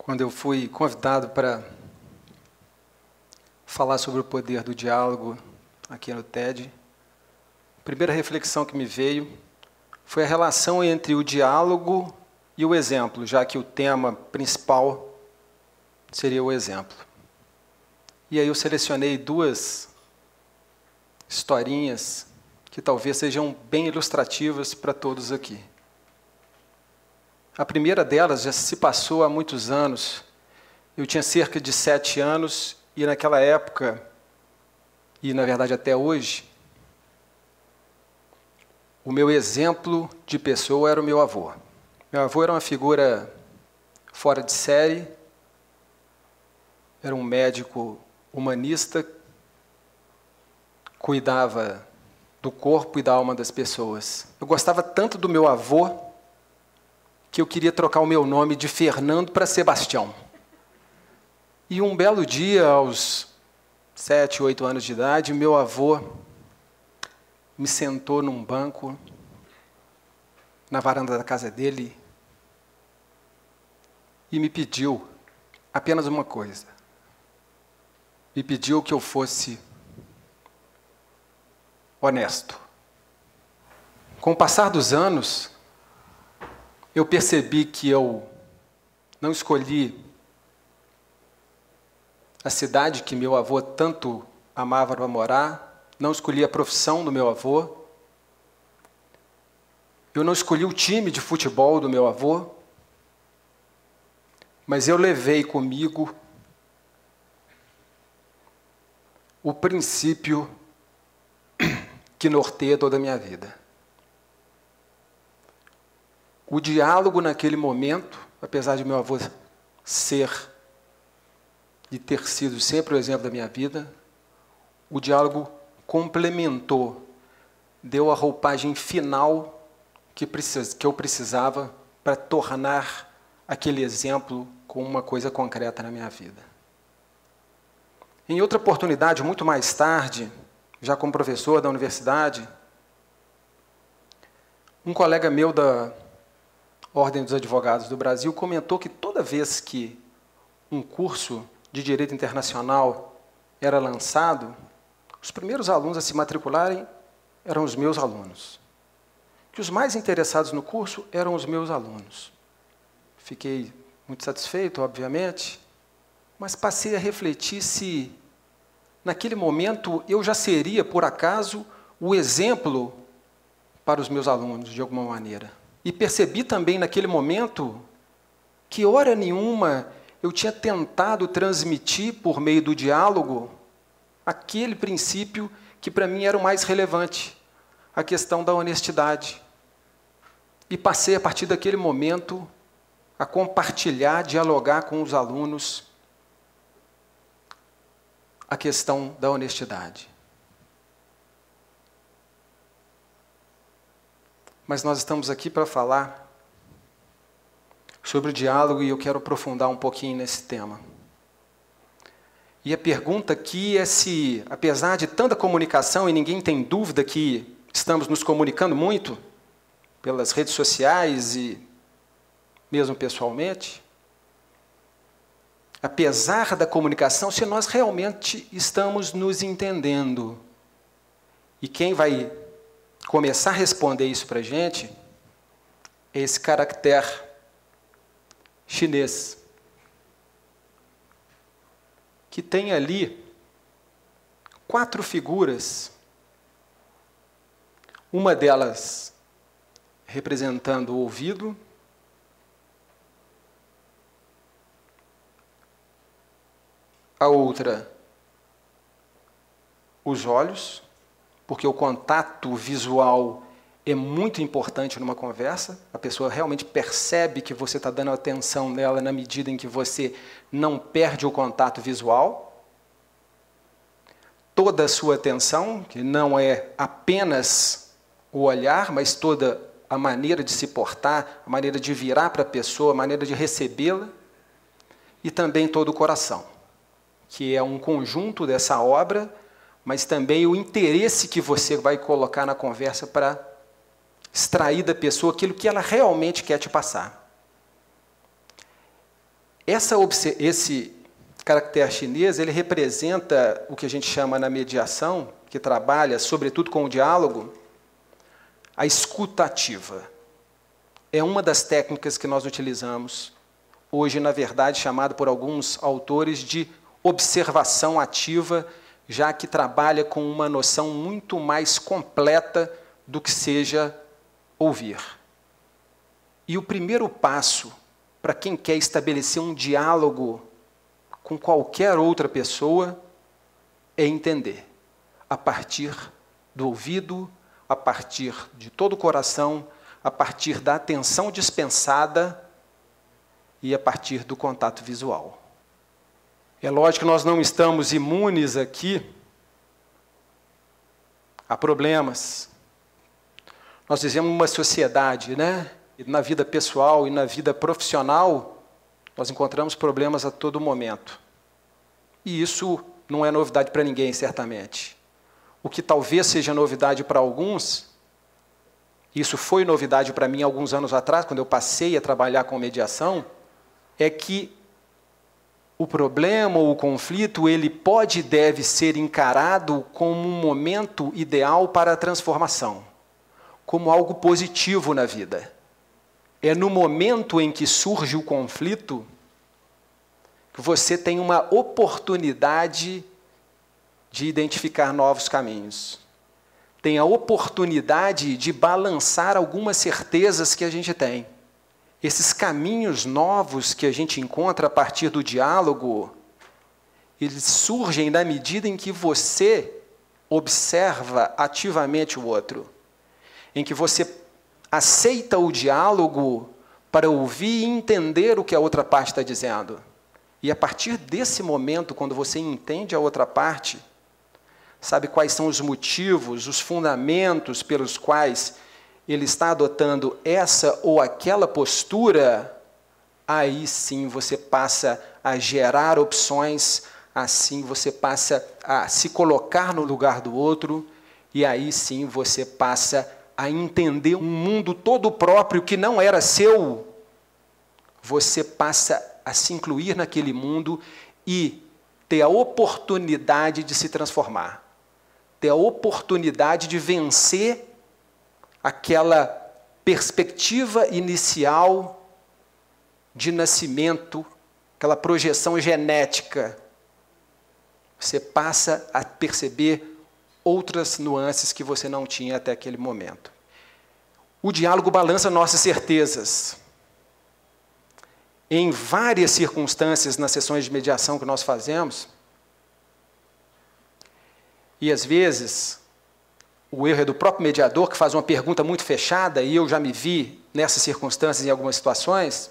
Quando eu fui convidado para falar sobre o poder do diálogo aqui no TED, a primeira reflexão que me veio foi a relação entre o diálogo e o exemplo, já que o tema principal seria o exemplo. E aí eu selecionei duas historinhas que talvez sejam bem ilustrativas para todos aqui. A primeira delas já se passou há muitos anos. Eu tinha cerca de 7 anos e naquela época, e na verdade até hoje, o meu exemplo de pessoa era o meu avô. Meu avô era uma figura fora de série, era um médico humanista, cuidava do corpo e da alma das pessoas. Eu gostava tanto do meu avô que eu queria trocar o meu nome de Fernando para Sebastião. E um belo dia, aos 7, 8 anos de idade, meu avô me sentou num banco na varanda da casa dele e me pediu apenas uma coisa. Me pediu que eu fosse honesto. Com o passar dos anos, eu percebi que eu não escolhi a cidade que meu avô tanto amava para morar, não escolhi a profissão do meu avô, eu não escolhi o time de futebol do meu avô, mas eu levei comigo o princípio que norteia toda a minha vida. O diálogo naquele momento, apesar de meu avô ser e ter sido sempre o exemplo da minha vida, o diálogo complementou, deu a roupagem final que eu precisava para tornar aquele exemplo com uma coisa concreta na minha vida. Em outra oportunidade, muito mais tarde, já como professor da universidade, um colega meu da Ordem dos Advogados do Brasil comentou que toda vez que um curso de Direito Internacional era lançado, os primeiros alunos a se matricularem eram os meus alunos. Que os mais interessados no curso eram os meus alunos. Fiquei muito satisfeito, obviamente, mas passei a refletir se, naquele momento, eu já seria, por acaso, o exemplo para os meus alunos, de alguma maneira. E percebi também, naquele momento, que hora nenhuma eu tinha tentado transmitir, por meio do diálogo, aquele princípio que para mim era o mais relevante, a questão da honestidade. E passei, a partir daquele momento, a compartilhar, dialogar com os alunos a questão da honestidade. Mas nós estamos aqui para falar sobre o diálogo e eu quero aprofundar um pouquinho nesse tema. E a pergunta aqui é se, apesar de tanta comunicação, e ninguém tem dúvida que estamos nos comunicando muito pelas redes sociais e mesmo pessoalmente, apesar da comunicação, se nós realmente estamos nos entendendo. E quem vai começar a responder isso para a gente é esse caractere chinês, que tem ali 4 figuras, uma delas representando o ouvido, a outra os olhos, porque o contato visual é muito importante numa conversa. A pessoa realmente percebe que você está dando atenção nela na medida em que você não perde o contato visual. Toda a sua atenção, que não é apenas o olhar, mas toda a maneira de se portar, a maneira de virar para a pessoa, a maneira de recebê-la, e também todo o coração, que é um conjunto dessa obra, mas também o interesse que você vai colocar na conversa para extrair da pessoa aquilo que ela realmente quer te passar. Esse caractere chinês, ele representa o que a gente chama na mediação, que trabalha sobretudo com o diálogo, a escuta ativa. É uma das técnicas que nós utilizamos hoje, na verdade, chamada por alguns autores de observação ativa, já que trabalha com uma noção muito mais completa do que seja ouvir. E o primeiro passo para quem quer estabelecer um diálogo com qualquer outra pessoa é entender, a partir do ouvido, a partir de todo o coração, a partir da atenção dispensada e a partir do contato visual. É lógico que nós não estamos imunes aqui a problemas. Nós vivemos uma sociedade, né? E na vida pessoal e na vida profissional, nós encontramos problemas a todo momento. E isso não é novidade para ninguém, certamente. O que talvez seja novidade para alguns, isso foi novidade para mim alguns anos atrás, quando eu passei a trabalhar com mediação, é que o problema ou o conflito, ele pode e deve ser encarado como um momento ideal para a transformação, como algo positivo na vida. É no momento em que surge o conflito que você tem uma oportunidade de identificar novos caminhos. Tem a oportunidade de balançar algumas certezas que a gente tem. Esses caminhos novos que a gente encontra a partir do diálogo, eles surgem na medida em que você observa ativamente o outro, em que você aceita o diálogo para ouvir e entender o que a outra parte está dizendo. E a partir desse momento, quando você entende a outra parte, sabe quais são os motivos, os fundamentos pelos quais ele está adotando essa ou aquela postura, aí sim você passa a gerar opções, assim você passa a se colocar no lugar do outro, e aí sim você passa a entender um mundo todo próprio que não era seu. Você passa a se incluir naquele mundo e ter a oportunidade de se transformar, ter a oportunidade de vencer aquela perspectiva inicial de nascimento, aquela projeção genética. Você passa a perceber outras nuances que você não tinha até aquele momento. O diálogo balança nossas certezas. Em várias circunstâncias, nas sessões de mediação que nós fazemos, e às vezes o erro é do próprio mediador, que faz uma pergunta muito fechada, e eu já me vi nessas circunstâncias em algumas situações.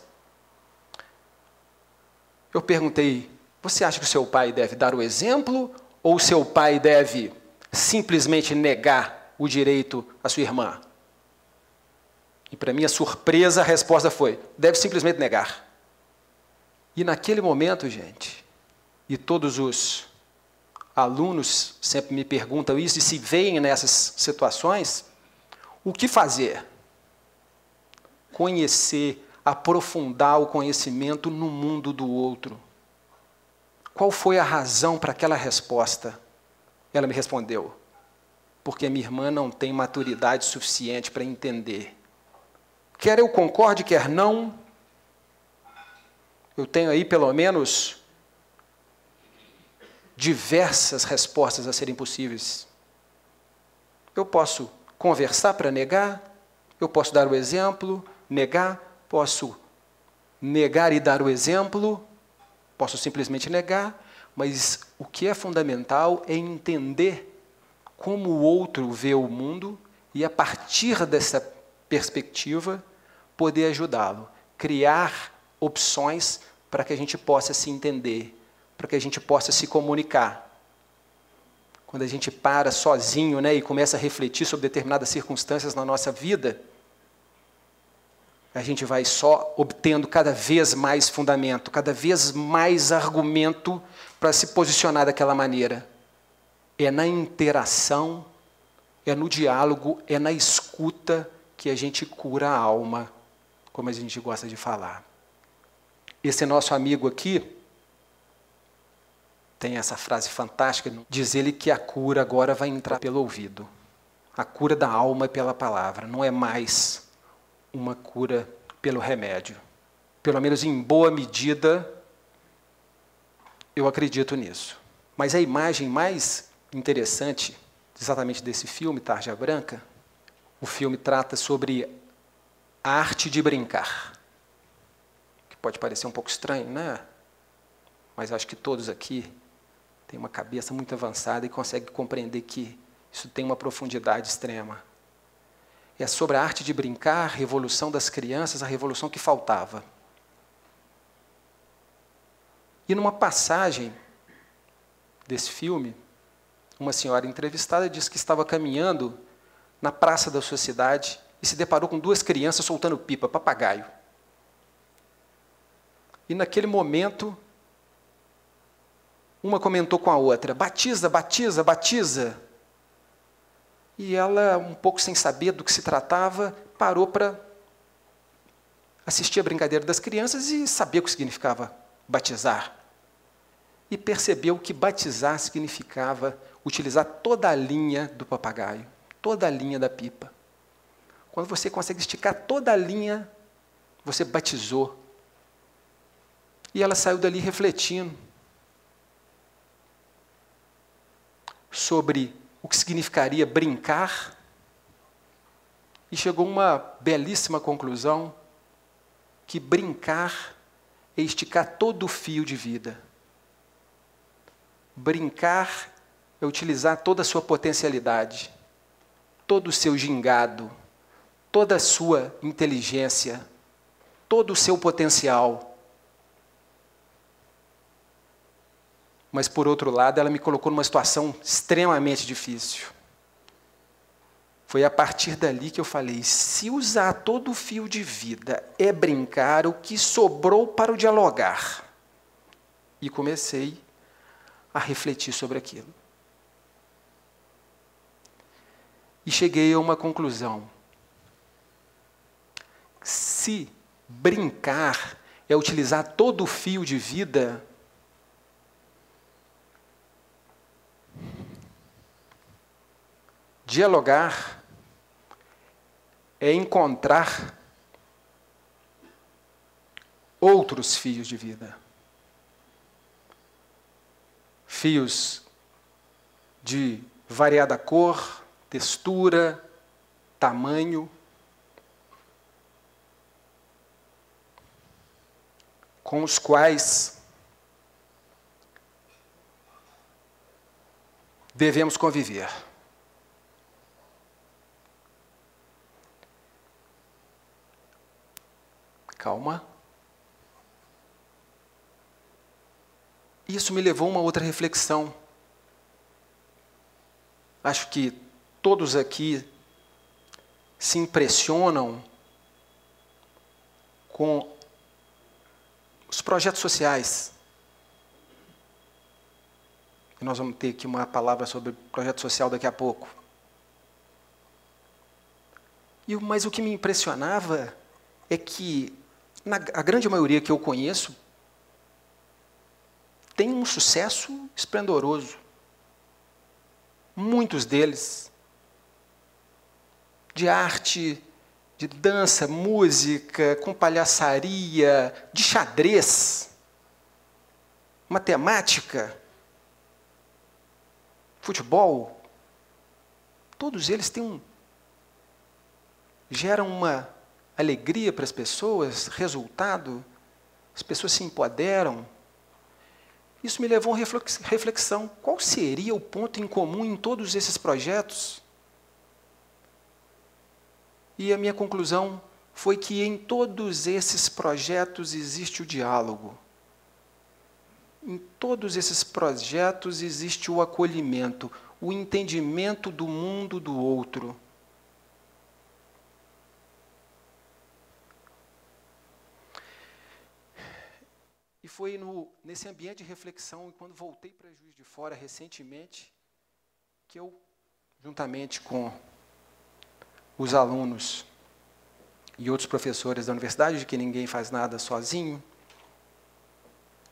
Eu perguntei, você acha que o seu pai deve dar o exemplo, ou o seu pai deve simplesmente negar o direito à sua irmã? E para minha surpresa, a resposta foi, deve simplesmente negar. E naquele momento, gente, e todos os alunos sempre me perguntam isso, e se veem nessas situações, o que fazer? Conhecer, aprofundar o conhecimento no mundo do outro. Qual foi a razão para aquela resposta? Ela me respondeu, porque minha irmã não tem maturidade suficiente para entender. Quer eu concorde, quer não, eu tenho aí pelo menos diversas respostas a serem possíveis. Eu posso conversar para negar, eu posso dar o exemplo, negar, posso negar e dar o exemplo, posso simplesmente negar, mas o que é fundamental é entender como o outro vê o mundo e, a partir dessa perspectiva, poder ajudá-lo, criar opções para que a gente possa se entender, para que a gente possa se comunicar. Quando a gente para sozinho, né, e começa a refletir sobre determinadas circunstâncias na nossa vida, a gente vai só obtendo cada vez mais fundamento, cada vez mais argumento para se posicionar daquela maneira. É na interação, é no diálogo, é na escuta que a gente cura a alma, como a gente gosta de falar. Esse nosso amigo aqui tem essa frase fantástica, diz ele que a cura agora vai entrar pelo ouvido. A cura da alma é pela palavra, não é mais uma cura pelo remédio. Pelo menos em boa medida, eu acredito nisso. Mas a imagem mais interessante, exatamente desse filme, Tarja Branca, o filme trata sobre a arte de brincar. Que pode parecer um pouco estranho, né? Mas acho que todos aqui têm uma cabeça muito avançada e conseguem compreender que isso tem uma profundidade extrema. É sobre a arte de brincar, a revolução das crianças, a revolução que faltava. E numa passagem desse filme, uma senhora entrevistada disse que estava caminhando na praça da sua cidade e se deparou com duas crianças soltando pipa, papagaio. E naquele momento, uma comentou com a outra, batiza, batiza, batiza. E ela, um pouco sem saber do que se tratava, parou para assistir a brincadeira das crianças e saber o que significava batizar. E percebeu que batizar significava utilizar toda a linha do papagaio, toda a linha da pipa. Quando você consegue esticar toda a linha, você batizou. E ela saiu dali refletindo sobre o que significaria brincar e chegou a uma belíssima conclusão que brincar é esticar todo o fio de vida. Brincar é utilizar toda a sua potencialidade, todo o seu gingado, toda a sua inteligência, todo o seu potencial. Mas, por outro lado, ela me colocou numa situação extremamente difícil. Foi a partir dali que eu falei, se usar todo o fio de vida é brincar, o que sobrou para o dialogar? E comecei a refletir sobre aquilo. E cheguei a uma conclusão. Se brincar é utilizar todo o fio de vida, dialogar é encontrar outros fios de vida. Fios de variada cor, textura, tamanho, com os quais devemos conviver. Calma. Isso me levou a uma outra reflexão. Acho que todos aqui se impressionam com os projetos sociais. E nós vamos ter aqui uma palavra sobre projeto social daqui a pouco. Mas o que me impressionava é que a grande maioria que eu conheço tem um sucesso esplendoroso. Muitos deles de arte, de dança, música, com palhaçaria, de xadrez, matemática, futebol. Todos eles geram uma alegria para as pessoas, resultado, as pessoas se empoderam. Isso me levou a uma reflexão. Qual seria o ponto em comum em todos esses projetos? E a minha conclusão foi que em todos esses projetos existe o diálogo. Em todos esses projetos existe o acolhimento, o entendimento do mundo do outro. E foi nesse ambiente de reflexão, e quando voltei para Juiz de Fora recentemente, que eu, juntamente com os alunos e outros professores da universidade, de que ninguém faz nada sozinho,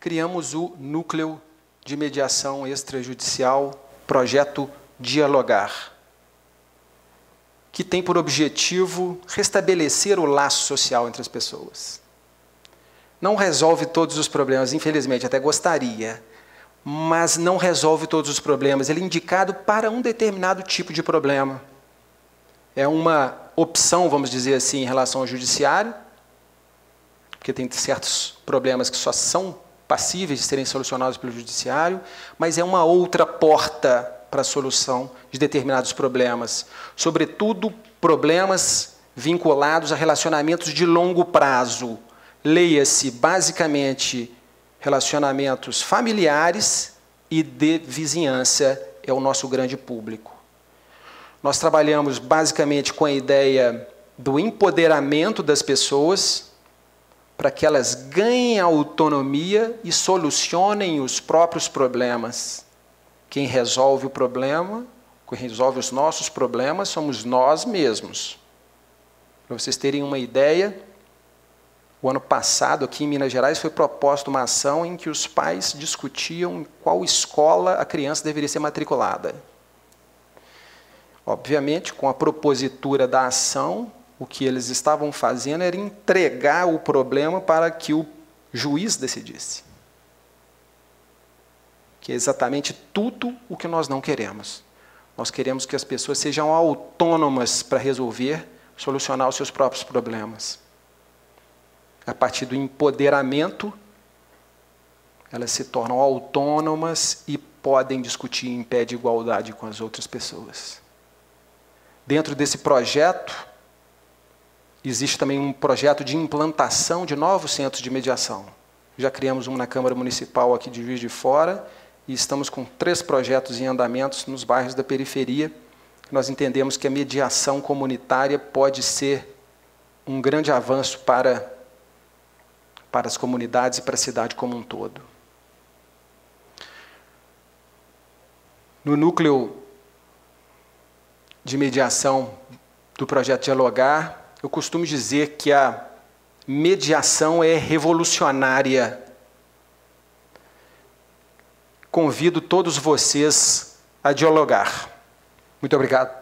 criamos o Núcleo de Mediação Extrajudicial, Projeto Dialogar, que tem por objetivo restabelecer o laço social entre as pessoas. Não resolve todos os problemas, infelizmente, até gostaria, mas não resolve todos os problemas. Ele é indicado para um determinado tipo de problema. É uma opção, vamos dizer assim, em relação ao judiciário, porque tem certos problemas que só são passíveis de serem solucionados pelo judiciário, mas é uma outra porta para a solução de determinados problemas, sobretudo problemas vinculados a relacionamentos de longo prazo. Leia-se, basicamente, relacionamentos familiares e de vizinhança é o nosso grande público. Nós trabalhamos basicamente com a ideia do empoderamento das pessoas para que elas ganhem autonomia e solucionem os próprios problemas. Quem resolve o problema, quem resolve os nossos problemas, somos nós mesmos. Para vocês terem uma ideia, o ano passado, aqui em Minas Gerais, foi proposta uma ação em que os pais discutiam em qual escola a criança deveria ser matriculada. Obviamente, com a propositura da ação, o que eles estavam fazendo era entregar o problema para que o juiz decidisse. Que é exatamente tudo o que nós não queremos. Nós queremos que as pessoas sejam autônomas para resolver, solucionar os seus próprios problemas. A partir do empoderamento, elas se tornam autônomas e podem discutir em pé de igualdade com as outras pessoas. Dentro desse projeto, existe também um projeto de implantação de novos centros de mediação. Já criamos um na Câmara Municipal aqui de Juiz de Fora e estamos com 3 projetos em andamentos nos bairros da periferia. Nós entendemos que a mediação comunitária pode ser um grande avanço para as comunidades e para a cidade como um todo. No núcleo de mediação do projeto Dialogar, eu costumo dizer que a mediação é revolucionária. Convido todos vocês a dialogar. Muito obrigado.